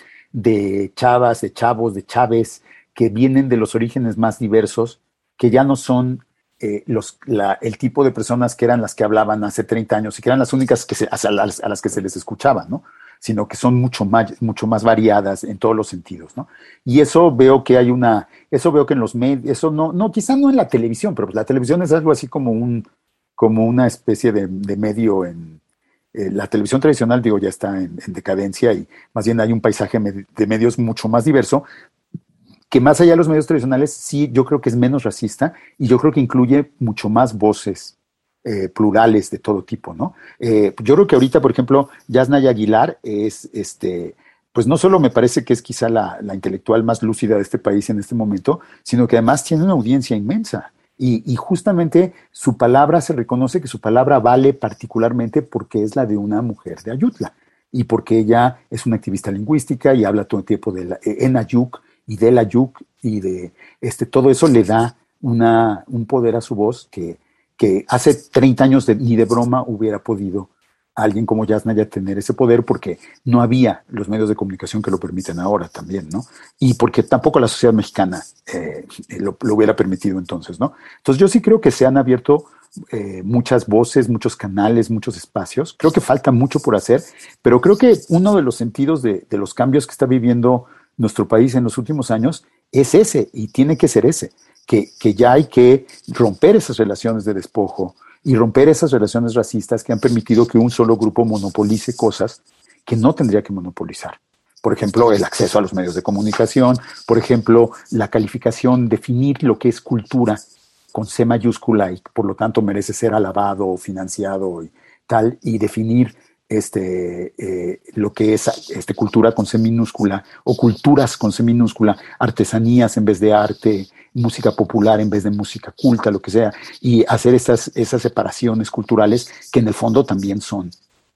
de chavas, de chavos, de chaves, que vienen de los orígenes más diversos, que ya no son eh, los, la, el tipo de personas que eran las que hablaban hace treinta años y que eran las únicas que se, a, las, a las que se les escuchaba, ¿no? Sino que son mucho más, mucho más variadas en todos los sentidos, ¿no? Y eso veo que hay una, eso veo que en los medios, eso no, no, quizá no en la televisión, pero la televisión es algo así como un, como una especie de, de medio en, eh, la televisión tradicional, digo, ya está en, en decadencia y más bien hay un paisaje med- de medios mucho más diverso, que más allá de los medios tradicionales, sí, yo creo que es menos racista y yo creo que incluye mucho más voces eh, plurales de todo tipo, ¿no? Eh, yo creo que ahorita, por ejemplo, Yasnaya Aguilar es, este, pues no solo me parece que es quizá la, la intelectual más lúcida de este país en este momento, sino que además tiene una audiencia inmensa. Y, y justamente su palabra, se reconoce que su palabra vale particularmente porque es la de una mujer de Ayutla y porque ella es una activista lingüística y habla todo el tiempo de la, en Ayuk y del Ayuk y de este, todo eso le da una, un poder a su voz que, que hace treinta años de, ni de broma hubiera podido alguien como Yasnaya tener ese poder porque no había los medios de comunicación que lo permiten ahora también, ¿no? Y porque tampoco la sociedad mexicana eh, lo, lo hubiera permitido entonces, ¿no? Entonces yo sí creo que se han abierto eh, muchas voces, muchos canales, muchos espacios. Creo que falta mucho por hacer, pero creo que uno de los sentidos de, de los cambios que está viviendo nuestro país en los últimos años es ese, y tiene que ser ese, que, que ya hay que romper esas relaciones de despojo y romper esas relaciones racistas que han permitido que un solo grupo monopolice cosas que no tendría que monopolizar. Por ejemplo, el acceso a los medios de comunicación, por ejemplo, la calificación, definir lo que es cultura con C mayúscula y por lo tanto merece ser alabado o financiado y tal, y definir este, eh, lo que es este, cultura con C minúscula o culturas con C minúscula, artesanías en vez de arte, música popular en vez de música culta, lo que sea, y hacer esas, esas separaciones culturales que en el fondo también son,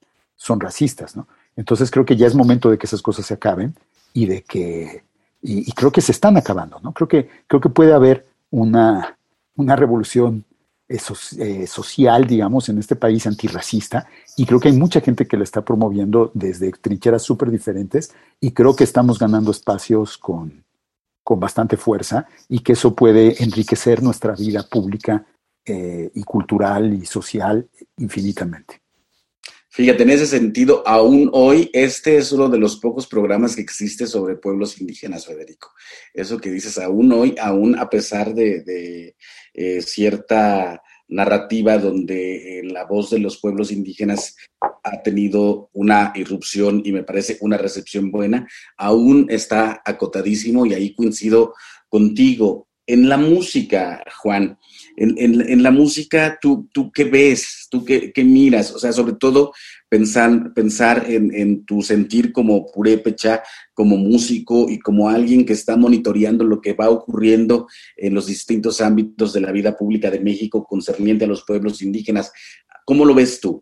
son racistas, ¿no? Entonces creo que ya es momento de que esas cosas se acaben y de que, y, y creo que se están acabando, ¿no? Creo que, creo que puede haber una, una revolución eh, so, eh, social, digamos, en este país antirracista, y creo que hay mucha gente que la está promoviendo desde trincheras súper diferentes, y creo que estamos ganando espacios con, con bastante fuerza, y que eso puede enriquecer nuestra vida pública eh, y cultural y social infinitamente. Fíjate, en ese sentido, aún hoy, este es uno de los pocos programas que existe sobre pueblos indígenas, Federico. Eso que dices, aún hoy, aún a pesar de, de eh, cierta narrativa donde eh, la voz de los pueblos indígenas ha tenido una irrupción y me parece una recepción buena, aún está acotadísimo, y ahí coincido contigo. En la música, Juan, en, en, en la música, ¿tú, tú qué ves? ¿Tú qué, qué miras? O sea, sobre todo pensar, pensar en, en tu sentir como purépecha, como músico y como alguien que está monitoreando lo que va ocurriendo en los distintos ámbitos de la vida pública de México concerniente a los pueblos indígenas. ¿Cómo lo ves tú?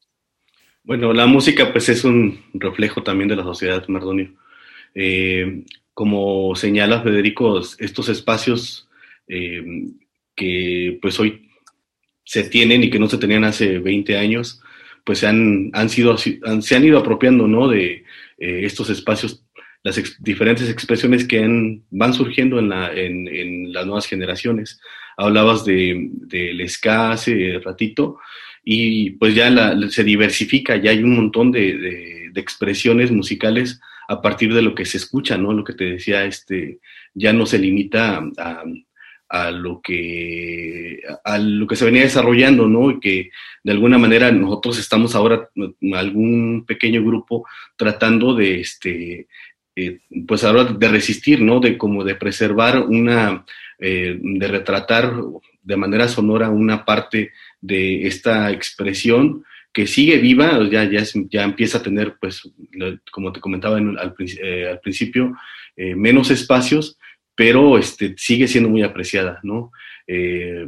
Bueno, la música pues es un reflejo también de la sociedad, Mardonio. Eh, como señala Federico, estos espacios eh, que pues hoy se tienen y que no se tenían hace veinte años, pues se han, han, sido, han, se han ido apropiando, ¿no?, de eh, estos espacios, las ex, diferentes expresiones que han, van surgiendo en, la, en, en las nuevas generaciones. Hablabas de, del ska hace ratito, y pues ya la, se diversifica, ya hay un montón de, de, de expresiones musicales a partir de lo que se escucha, ¿no? Lo que te decía, este, ya no se limita a, a lo que a lo que se venía desarrollando, ¿no? Y que de alguna manera nosotros estamos ahora, algún pequeño grupo, tratando de, este, eh, pues ahora de resistir, ¿no? De como de preservar una, eh, de retratar de manera sonora una parte de esta expresión que sigue viva, ya, ya, es, ya empieza a tener, pues, como te comentaba en, al, eh, al principio, eh, menos espacios, pero este, sigue siendo muy apreciada, ¿no? Eh,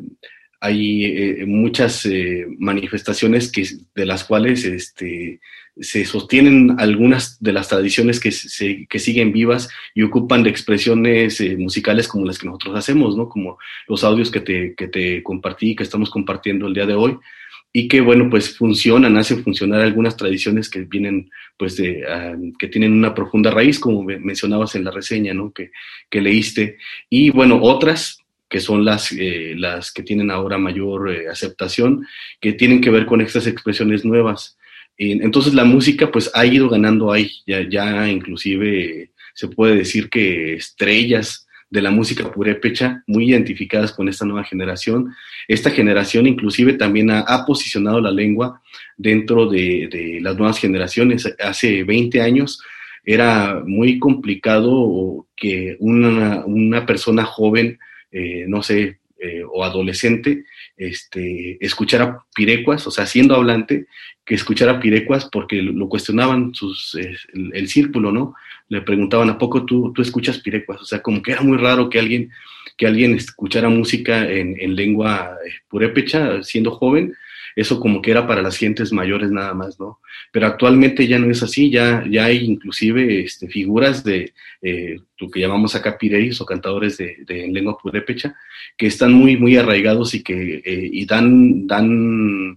hay eh, muchas eh, manifestaciones que, de las cuales este, se sostienen algunas de las tradiciones que, se, que siguen vivas y ocupan de expresiones eh, musicales como las que nosotros hacemos, ¿no? Como los audios que te, que te compartí, que estamos compartiendo el día de hoy, y que, bueno, pues funcionan, hacen funcionar algunas tradiciones que vienen, pues, de, uh, que tienen una profunda raíz, como mencionabas en la reseña, ¿no? Que, que leíste, y, bueno, otras que son las, eh, las que tienen ahora mayor eh, aceptación, que tienen que ver con estas expresiones nuevas. Eh, entonces la música pues ha ido ganando ahí, ya, ya inclusive eh, se puede decir que estrellas de la música purépecha, muy identificadas con esta nueva generación. Esta generación inclusive también ha, ha posicionado la lengua dentro de, de las nuevas generaciones. Hace veinte años era muy complicado que una, una persona joven, Eh, no sé, eh, o adolescente, este, escuchara pirecuas, o sea, siendo hablante, que escuchara pirecuas porque lo cuestionaban sus, eh, el, el círculo, ¿no? Le preguntaban, ¿a poco tú, tú escuchas pirecuas? O sea, como que era muy raro que alguien, que alguien escuchara música en, en lengua purépecha siendo joven. Eso como que era para las gentes mayores nada más, ¿no? Pero actualmente ya no es así, ya, ya hay inclusive este, figuras de eh, lo que llamamos acá pireis o cantadores de, de en lengua purépecha, que están muy, muy arraigados y que eh, y dan, dan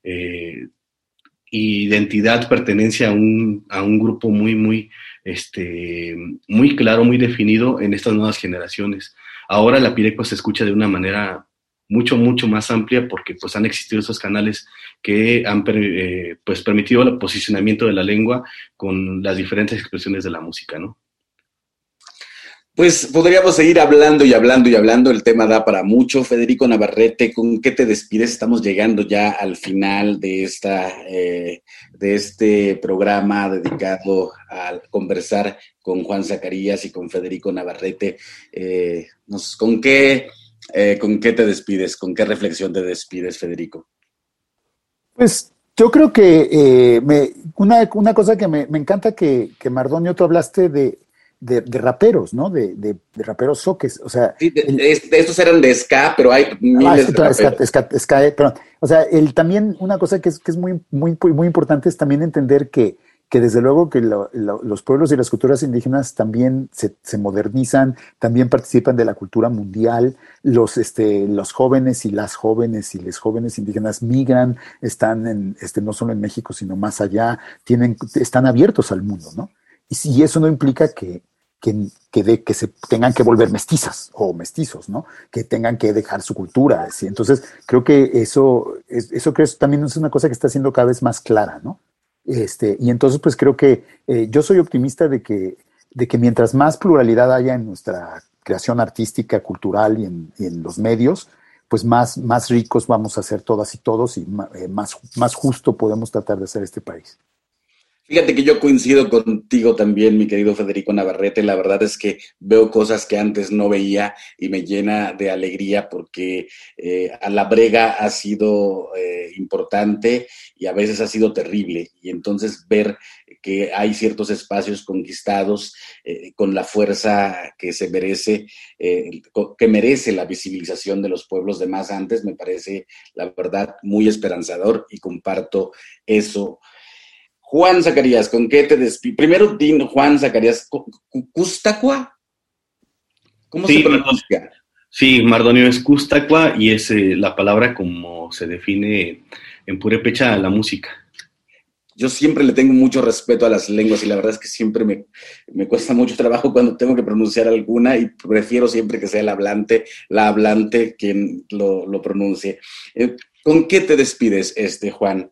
eh, identidad, pertenencia a un, a un grupo muy, muy, este, muy claro, muy definido en estas nuevas generaciones. Ahora la pirecua se escucha de una manera mucho, mucho más amplia porque pues han existido esos canales que han eh, pues permitido el posicionamiento de la lengua con las diferentes expresiones de la música, ¿no? Pues podríamos seguir hablando y hablando y hablando, el tema da para mucho. Federico Navarrete, ¿con qué te despides? Estamos llegando ya al final de, esta, eh, de este programa dedicado a conversar con Juan Zacarías y con Federico Navarrete. Eh, nos, ¿con qué... Eh, ¿Con qué te despides? ¿Con qué reflexión te despides, Federico? Pues yo creo que eh, me, una, una cosa que me, me encanta que, que Mardonio, tú hablaste de, de, de raperos, ¿no? De, de, de raperos soques, o sea... Sí, de, el, de, de estos eran de ska, pero hay miles ah, de ska, ska, ska, ska, perdón. O sea, el, también una cosa que es, que es muy, muy, muy importante es también entender que que desde luego que lo, lo, los pueblos y las culturas indígenas también se, se modernizan, también participan de la cultura mundial, los, este, los jóvenes y las jóvenes y les jóvenes indígenas migran, están en, este, no solo en México, sino más allá, tienen, están abiertos al mundo, ¿no? Y, y eso no implica que, que, que, de, que se tengan que volver mestizas o mestizos, ¿no? Que tengan que dejar su cultura, ¿sí? Entonces, creo que eso, eso creo, también es una cosa que está siendo cada vez más clara, ¿no? Este, y entonces pues creo que eh, yo soy optimista de que, de que mientras más pluralidad haya en nuestra creación artística, cultural y en, y en los medios, pues más, más ricos vamos a ser todas y todos y eh, más, más justo podemos tratar de hacer este país. Fíjate que yo coincido contigo también, mi querido Federico Navarrete. La verdad es que veo cosas que antes no veía y me llena de alegría porque eh, a la brega ha sido eh, importante y a veces ha sido terrible. Y entonces ver que hay ciertos espacios conquistados eh, con la fuerza que se merece, eh, que merece la visibilización de los pueblos de más antes, me parece, la verdad, muy esperanzador y comparto eso. Juan Zacarías, ¿con qué te despides? Primero, din Juan Zacarías, ¿Custacua? ¿Cómo sí, se pronuncia? Sí, Mardonio es Custacua y es eh, la palabra como se define en purépecha la música. Yo siempre le tengo mucho respeto a las lenguas y la verdad es que siempre me, me cuesta mucho trabajo cuando tengo que pronunciar alguna y prefiero siempre que sea el hablante, la hablante quien lo, lo pronuncie. Eh, ¿Con qué te despides, este, Juan?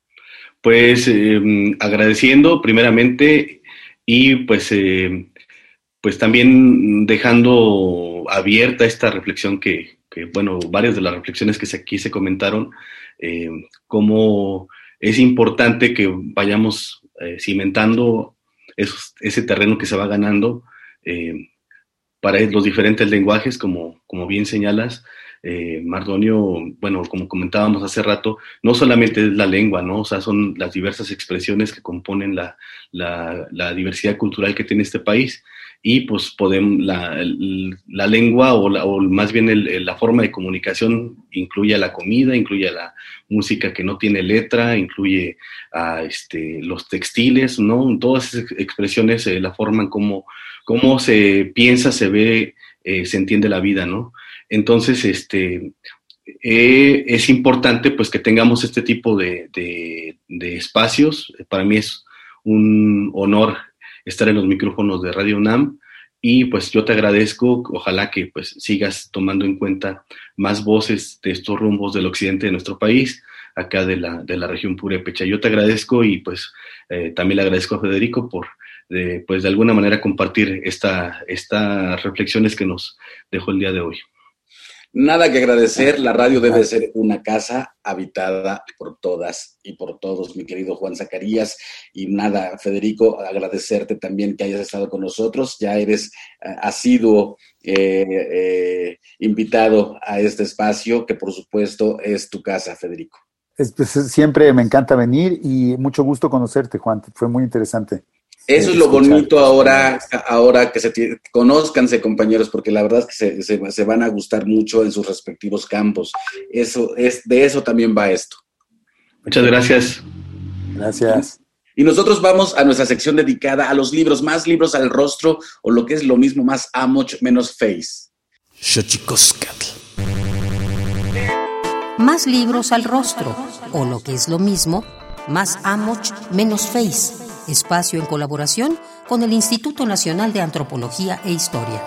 Pues eh, agradeciendo primeramente y pues, eh, pues también dejando abierta esta reflexión que, que, bueno, varias de las reflexiones que aquí se comentaron, eh, cómo es importante que vayamos eh, cimentando esos, ese terreno que se va ganando, eh, para los diferentes lenguajes, como, como bien señalas. Eh, Mardonio, bueno, como comentábamos hace rato, no solamente es la lengua, ¿no? O sea, son las diversas expresiones que componen la, la, la diversidad cultural que tiene este país. Y pues podemos, la, la lengua o, la, o más bien el, la forma de comunicación incluye a la comida, incluye a la música que no tiene letra, incluye a este, los textiles, ¿no? Todas esas expresiones eh, la forma en cómo, cómo se piensa, se ve, eh, se entiende la vida, ¿no? Entonces, este, eh, es importante pues que tengamos este tipo de, de, de espacios. Para mí es un honor estar en los micrófonos de Radio UNAM y pues yo te agradezco, ojalá que pues sigas tomando en cuenta más voces de estos rumbos del occidente de nuestro país, acá de la, de la región purépecha. Yo te agradezco y pues eh, también le agradezco a Federico por de, pues de alguna manera compartir esta, estas reflexiones que nos dejó el día de hoy. Nada que agradecer, la radio debe ser una casa habitada por todas y por todos, mi querido Juan Zacarías. Y nada, Federico, agradecerte también que hayas estado con nosotros. Ya eres uh, asiduo eh, eh, invitado a este espacio, que por supuesto es tu casa, Federico. Es, pues, siempre me encanta venir y mucho gusto conocerte, Juan. Fue muy interesante. Eso es lo bonito ahora, ahora que se t- conózcanse, compañeros, porque la verdad es que se, se, se van a gustar mucho en sus respectivos campos. Eso es, de eso también va esto. Muchas gracias. Gracias. Y nosotros vamos a nuestra sección dedicada a los libros, más libros al rostro, o lo que es lo mismo, más Amoch, menos Face. Xochicóscatl. Más libros al rostro, o lo que es lo mismo, más Amoch, menos Face. Espacio en colaboración con el Instituto Nacional de Antropología e Historia.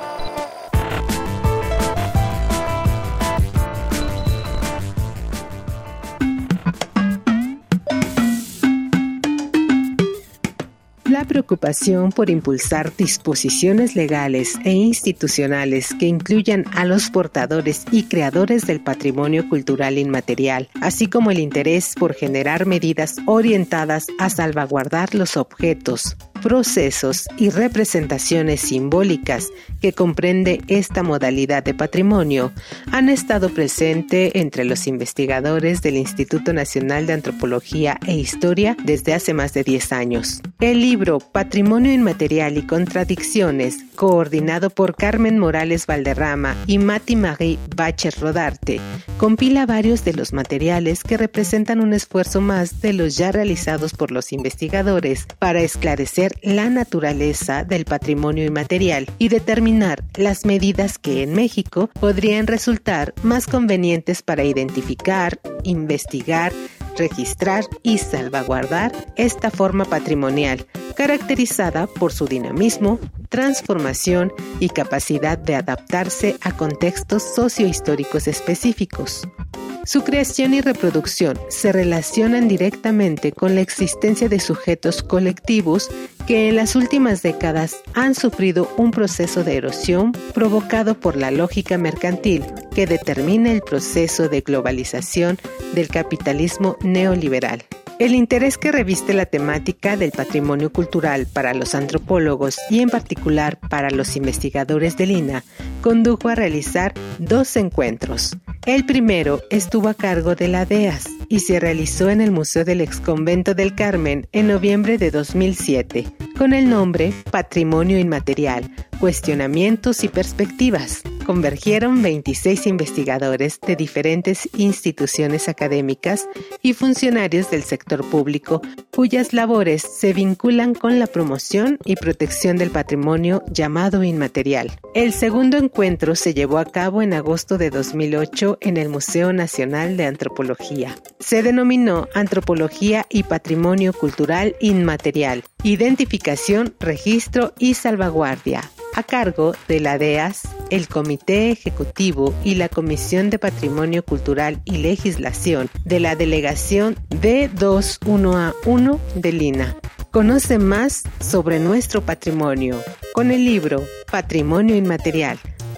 La preocupación por impulsar disposiciones legales e institucionales que incluyan a los portadores y creadores del patrimonio cultural inmaterial, así como el interés por generar medidas orientadas a salvaguardar los objetos, procesos y representaciones simbólicas que comprende esta modalidad de patrimonio, han estado presentes entre los investigadores del Instituto Nacional de Antropología e Historia desde hace más de diez años. El libro Patrimonio Inmaterial y Contradicciones, coordinado por Carmen Morales Valderrama y Mati Marie Bacher Rodarte, compila varios de los materiales que representan un esfuerzo más de los ya realizados por los investigadores para esclarecer la naturaleza del patrimonio inmaterial y determinar las medidas que en México podrían resultar más convenientes para identificar, investigar, registrar y salvaguardar esta forma patrimonial, caracterizada por su dinamismo, transformación y capacidad de adaptarse a contextos sociohistóricos específicos. Su creación y reproducción se relacionan directamente con la existencia de sujetos colectivos que en las últimas décadas han sufrido un proceso de erosión provocado por la lógica mercantil que determina el proceso de globalización del capitalismo neoliberal. El interés que reviste la temática del patrimonio cultural para los antropólogos y en particular para los investigadores del I N A condujo a realizar dos encuentros. El primero estuvo a cargo de la D E A S y se realizó en el Museo del Exconvento del Carmen en noviembre de dos mil siete, con el nombre Patrimonio Inmaterial, Cuestionamientos y Perspectivas. Convergieron veintiséis investigadores de diferentes instituciones académicas y funcionarios del sector público, cuyas labores se vinculan con la promoción y protección del patrimonio llamado inmaterial. El segundo encuentro se llevó a cabo en agosto de dos mil ocho en el Museo Nacional de Antropología. Se denominó Antropología y Patrimonio Cultural Inmaterial, Identificación, Registro y Salvaguardia, a cargo de la D E A S, el Comité Ejecutivo y la Comisión de Patrimonio Cultural y Legislación de la Delegación D veintiuno A uno del I N A. Conoce más sobre nuestro patrimonio con el libro Patrimonio Inmaterial,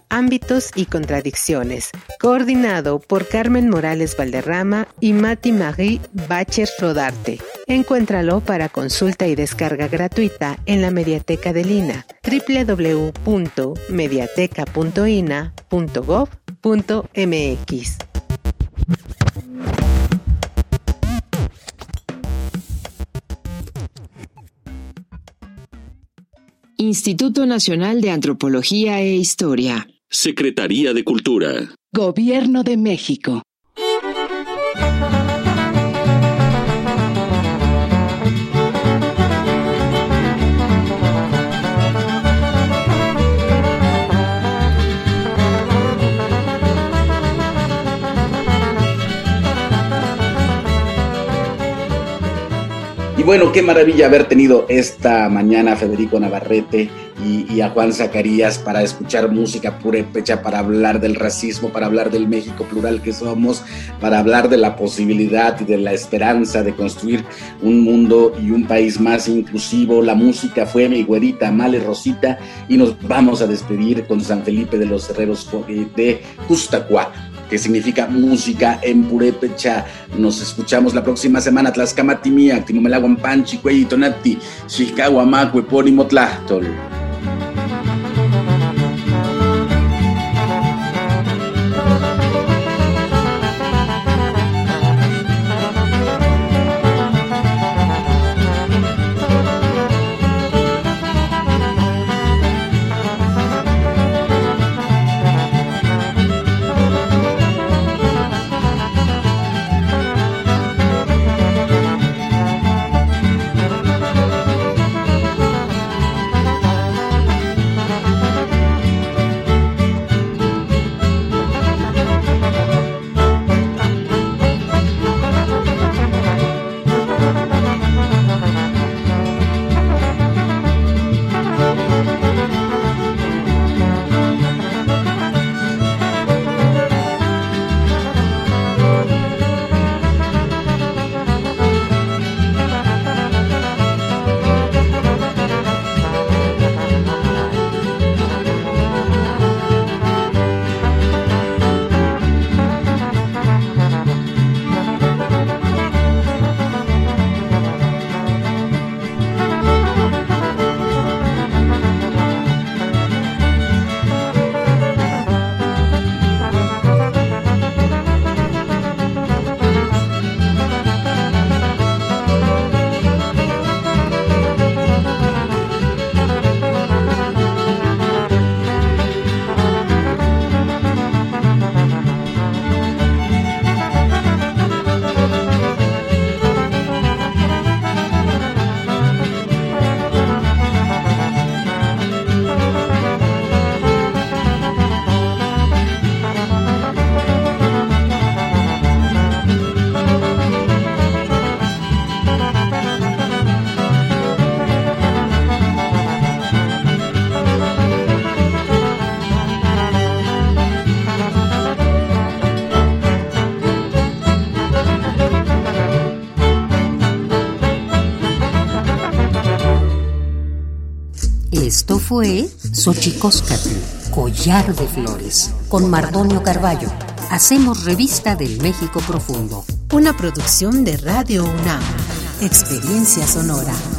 Ámbitos y contradicciones, coordinado por Carmen Morales Valderrama y Mati Marie Bacher Rodarte. Encuéntralo para consulta y descarga gratuita en la Mediateca del I N A, doble u doble u doble u punto mediateca punto i n a punto gov punto m x. Instituto Nacional de Antropología e Historia. Secretaría de Cultura. Gobierno de México. Y bueno, qué maravilla haber tenido esta mañana a Federico Navarrete y, y a Juan Zacarías para escuchar música purépecha, para hablar del racismo, para hablar del México plural que somos, para hablar de la posibilidad y de la esperanza de construir un mundo y un país más inclusivo. La música fue mi güerita Male Rosita y nos vamos a despedir con San Felipe de los Herreros de Justacuá, que significa música en purépecha. Nos escuchamos la próxima semana. Tlaxcamatimiac, Timomelaguan Panchi, Cuey, Tonati, Xixcahuamacue, Ponimo Tlachtol. Esto fue Xochicóscatl, Collar de Flores, con Mardonio Carballo. Hacemos revista del México profundo. Una producción de Radio UNAM. Experiencia sonora.